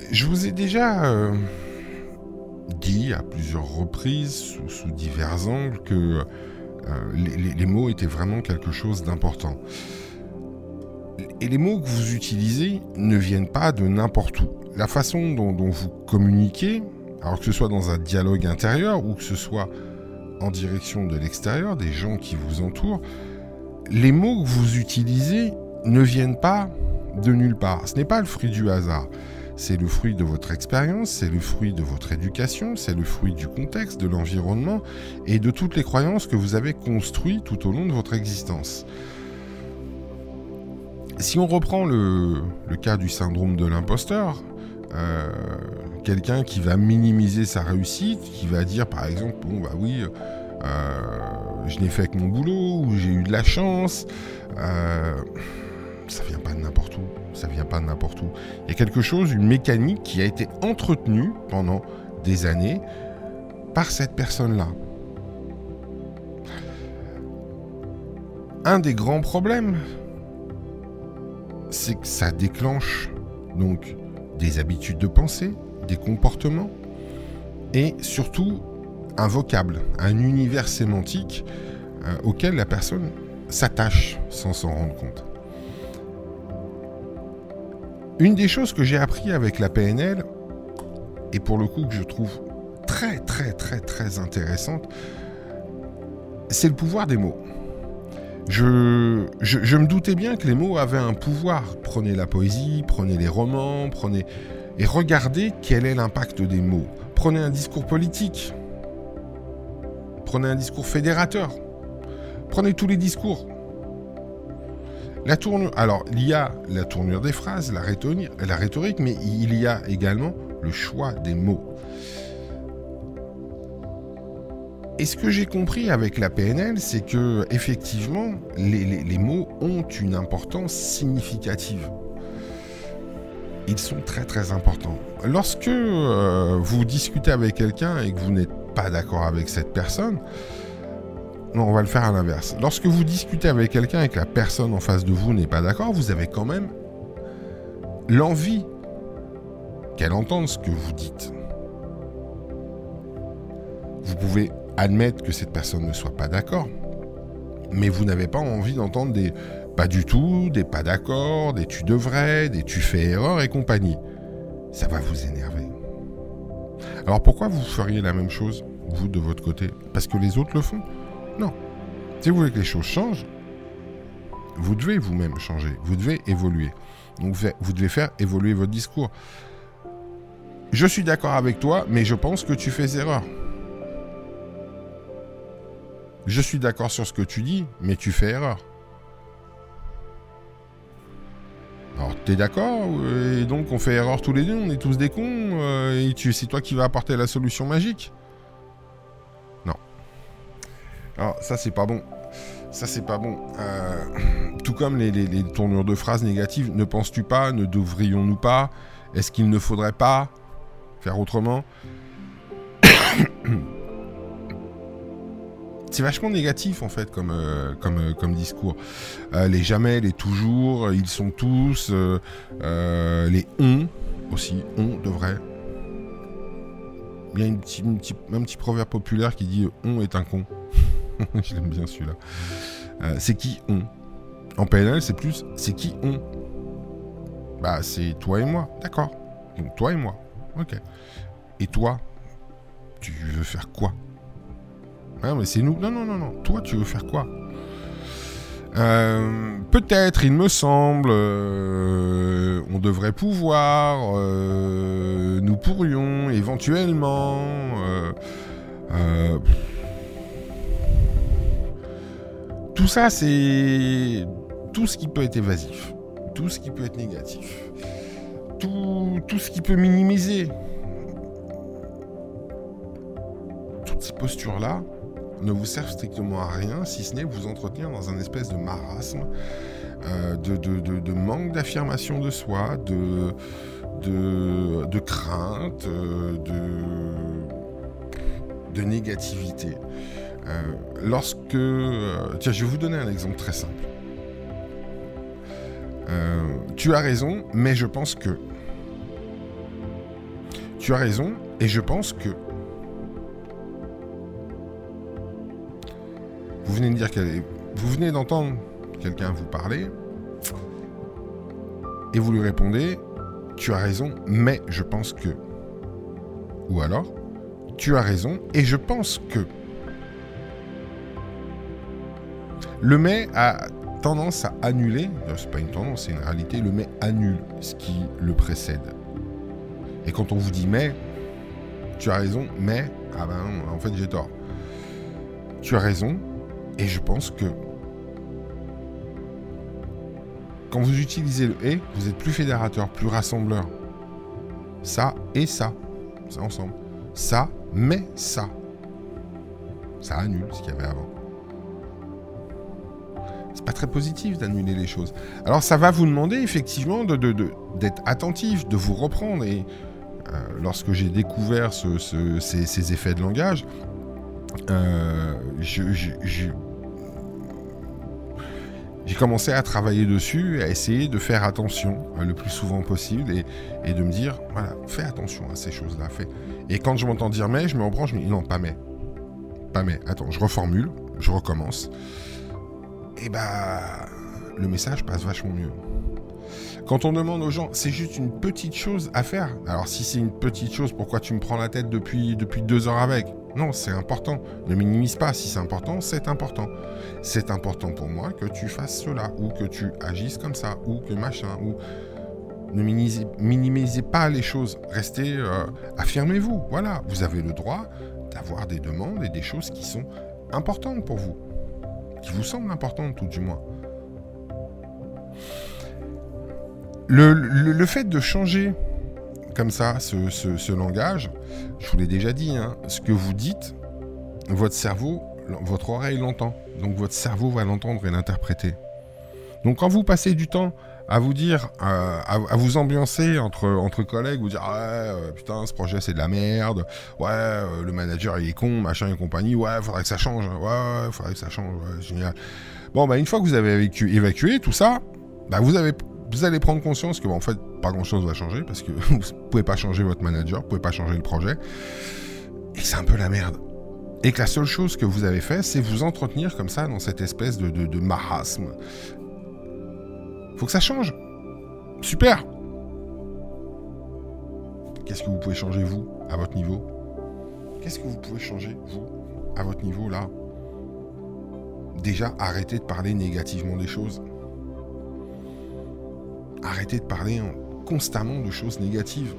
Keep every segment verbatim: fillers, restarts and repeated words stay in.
Je vous ai déjà euh, dit à plusieurs reprises, sous, sous divers angles, que euh, les, les, les mots étaient vraiment quelque chose d'important. Et les mots que vous utilisez ne viennent pas de n'importe où. La façon dont, dont vous communiquez, alors que ce soit dans un dialogue intérieur ou que ce soit en direction de l'extérieur, des gens qui vous entourent, les mots que vous utilisez ne viennent pas de nulle part. Ce n'est pas le fruit du hasard. C'est le fruit de votre expérience, c'est le fruit de votre éducation, c'est le fruit du contexte, de l'environnement et de toutes les croyances que vous avez construites tout au long de votre existence. Si on reprend le, le cas du syndrome de l'imposteur, euh, quelqu'un qui va minimiser sa réussite, qui va dire par exemple, bon bah oui, euh, je n'ai fait que mon boulot, ou j'ai eu de la chance, euh, ça vient pas de n'importe où, ça vient pas de n'importe où. Il y a quelque chose, une mécanique qui a été entretenue pendant des années par cette personne-là. Un des grands problèmes, c'est que ça déclenche donc des habitudes de pensée, des comportements et surtout un vocable, un univers sémantique euh, auquel la personne s'attache sans s'en rendre compte. Une des choses que j'ai appris avec la P N L, et pour le coup que je trouve très très très très intéressante, c'est le pouvoir des mots. Je, je, je me doutais bien que les mots avaient un pouvoir. Prenez la poésie, prenez les romans, prenez... Et regardez quel est l'impact des mots. Prenez un discours politique. Prenez un discours fédérateur. Prenez tous les discours. La tournure... Alors, il y a la tournure des phrases, la rhétorique, la rhétorique, mais il y a également le choix des mots. Et ce que j'ai compris avec la P N L, c'est que effectivement, les, les, les mots ont une importance significative. Ils sont très très importants. Lorsque euh, vous discutez avec quelqu'un et que vous n'êtes pas d'accord avec cette personne, non, on va le faire à l'inverse. Lorsque vous discutez avec quelqu'un et que la personne en face de vous n'est pas d'accord, vous avez quand même l'envie qu'elle entende ce que vous dites. Vous pouvez admettre que cette personne ne soit pas d'accord, mais vous n'avez pas envie d'entendre des pas du tout, des pas d'accord, des tu devrais, des tu fais erreur et compagnie. Ça va vous énerver. Alors pourquoi vous feriez la même chose, vous, de votre côté? Parce que les autres le font? Non. Si vous voulez que les choses changent, vous devez vous-même changer, vous devez évoluer. Donc vous devez faire évoluer votre discours. Je suis d'accord avec toi, mais je pense que tu fais erreur. Je suis d'accord sur ce que tu dis, mais tu fais erreur. Alors, t'es d'accord? Et donc, on fait erreur tous les deux, on est tous des cons, euh, et tu, c'est toi qui vas apporter la solution magique? Non. Alors, ça, c'est pas bon. Ça, c'est pas bon. Euh, tout comme les, les, les tournures de phrases négatives, ne penses-tu pas? Ne devrions-nous pas? Est-ce qu'il ne faudrait pas faire autrement? C'est vachement négatif en fait comme, euh, comme, euh, comme discours. Euh, les jamais, les toujours, ils sont tous, euh, euh, les on aussi, on devrait. Il y a une petit, une petit, un petit proverbe populaire qui dit on est un con. Je l'aime bien celui-là. Euh, c'est qui on? En P N L, c'est plus c'est qui on? Bah, c'est toi et moi, d'accord. Donc toi et moi, ok. Et toi, tu veux faire quoi? Ah, mais c'est nous. Non, non, non, non. Toi, tu veux faire quoi? euh, Peut-être, il me semble, euh, on devrait pouvoir, euh, nous pourrions, éventuellement. Euh, euh, tout ça, c'est tout ce qui peut être évasif, tout ce qui peut être négatif, tout, tout ce qui peut minimiser. Toutes ces postures-là ne vous servent strictement à rien, si ce n'est vous entretenir dans un espèce de marasme, euh, de, de, de, de manque d'affirmation de soi, de, de, de crainte, de, de négativité. Euh, lorsque... Euh, tiens, je vais vous donner un exemple très simple. Euh, tu as raison, mais je pense que... tu as raison, et je pense que vous venez de dire qu'elle, vous venez d'entendre quelqu'un vous parler, et vous lui répondez, tu as raison, mais je pense que, ou alors, tu as raison, et je pense que. Le mais a tendance à annuler, c'est pas une tendance, c'est une réalité, le mais annule ce qui le précède. Et quand on vous dit mais, tu as raison, mais, ah ben non, en fait j'ai tort. Tu as raison, et je pense que quand vous utilisez le et, vous êtes plus fédérateur, plus rassembleur. Ça et ça, c'est ensemble. Ça, mais ça. Ça annule ce qu'il y avait avant. C'est pas très positif d'annuler les choses. Alors ça va vous demander effectivement de, de, de, d'être attentif, de vous reprendre. Et euh, lorsque j'ai découvert ce, ce, ces, ces effets de langage, euh, je, je, je, j'ai commencé à travailler dessus, à essayer de faire attention euh, le plus souvent possible et, et de me dire, voilà, fais attention à ces choses-là. Fais. Et quand je m'entends dire mais, je me reprends, je me dis non, pas mais. Pas mais. Attends, je reformule, je recommence. Et bah, le message passe vachement mieux. Quand on demande aux gens, c'est juste une petite chose à faire. Alors si c'est une petite chose, pourquoi tu me prends la tête depuis, depuis deux heures avec ? Non, c'est important. Ne minimise pas. Si c'est important, c'est important. C'est important pour moi que tu fasses cela, ou que tu agisses comme ça, ou que machin, ou... Ne minimisez, minimisez pas les choses. Restez, euh, affirmez-vous. Voilà, vous avez le droit d'avoir des demandes et des choses qui sont importantes pour vous. Qui vous semblent importantes, tout du moins. Le, le, le fait de changer comme ça ce, ce, ce langage, je vous l'ai déjà dit, hein, ce que vous dites, votre cerveau, votre oreille l'entend. Donc votre cerveau va l'entendre et l'interpréter. Donc quand vous passez du temps à vous dire, euh, à, à vous ambiancer entre, entre collègues, vous dire ah, euh, putain ce projet c'est de la merde, ouais euh, le manager il est con, machin et compagnie, ouais faudrait que ça change, ouais, ouais faudrait que ça change, ouais, génial. Bon bah une fois que vous avez évacué, évacué tout ça, bah vous avez vous allez prendre conscience que bah, en fait pas grand chose va changer parce que vous pouvez pas changer votre manager, vous pouvez pas changer le projet et que c'est un peu la merde. Et que la seule chose que vous avez fait, c'est vous entretenir comme ça dans cette espèce de, de, de marasme. Faut que ça change. Super. Qu'est-ce que vous pouvez changer, vous, à votre niveau ? Qu'est-ce que vous pouvez changer, vous, à votre niveau, là ? Déjà, arrêtez de parler négativement des choses. Arrêtez de parler hein, constamment de choses négatives.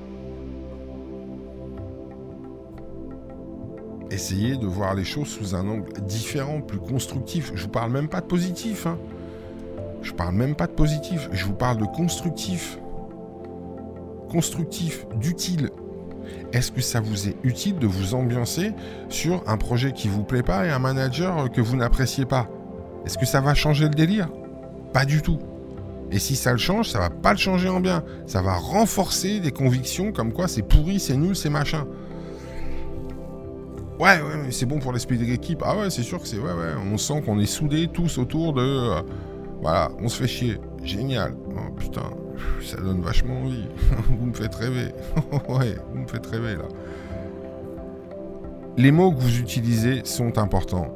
Essayez de voir les choses sous un angle différent, plus constructif. Je vous parle même pas de positif, hein. Je parle même pas de positif, je vous parle de constructif. Constructif, d'utile. Est-ce que ça vous est utile de vous ambiancer sur un projet qui vous plaît pas et un manager que vous n'appréciez pas ? Est-ce que ça va changer le délire ? Pas du tout. Et si ça le change, ça va pas le changer en bien. Ça va renforcer des convictions comme quoi c'est pourri, c'est nul, c'est machin. Ouais, ouais, mais c'est bon pour l'esprit de l'équipe. Ah ouais, c'est sûr que c'est... Ouais, ouais, on sent qu'on est soudés tous autour de... Euh, voilà, on se fait chier. Génial. Oh putain, ça donne vachement envie. Vous me faites rêver. Ouais, vous me faites rêver, là. Les mots que vous utilisez sont importants.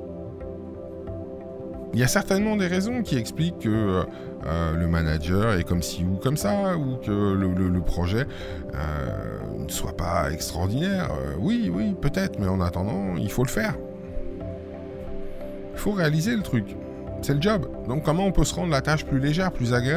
Il y a certainement des raisons qui expliquent que euh, le manager est comme ci ou comme ça, ou que le, le, le projet euh, ne soit pas extraordinaire. Euh, oui, oui, peut-être, mais en attendant, il faut le faire. Il faut réaliser le truc. C'est le job. Donc comment on peut se rendre la tâche plus légère, plus agréable ?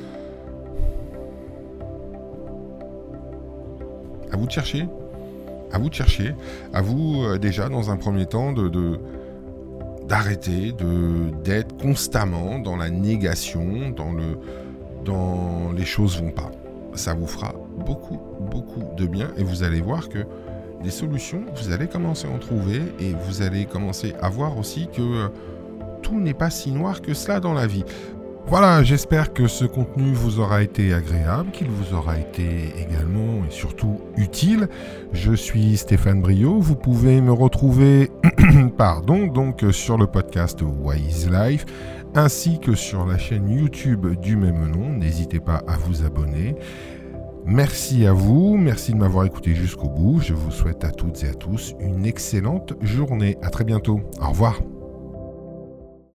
À vous de chercher. À vous de chercher. À vous, euh, déjà, dans un premier temps, de... de d'arrêter de, d'être constamment dans la négation, dans, le, dans les choses vont pas. Ça vous fera beaucoup, beaucoup de bien et vous allez voir que des solutions, vous allez commencer à en trouver et vous allez commencer à voir aussi que euh, tout n'est pas si noir que cela dans la vie. Voilà, j'espère que ce contenu vous aura été agréable, qu'il vous aura été également et surtout utile. Je suis Stéphane Briot, vous pouvez me retrouver pardon, donc sur le podcast Wise Life, ainsi que sur la chaîne YouTube du même nom. N'hésitez pas à vous abonner. Merci à vous, merci de m'avoir écouté jusqu'au bout. Je vous souhaite à toutes et à tous une excellente journée. À très bientôt. Au revoir.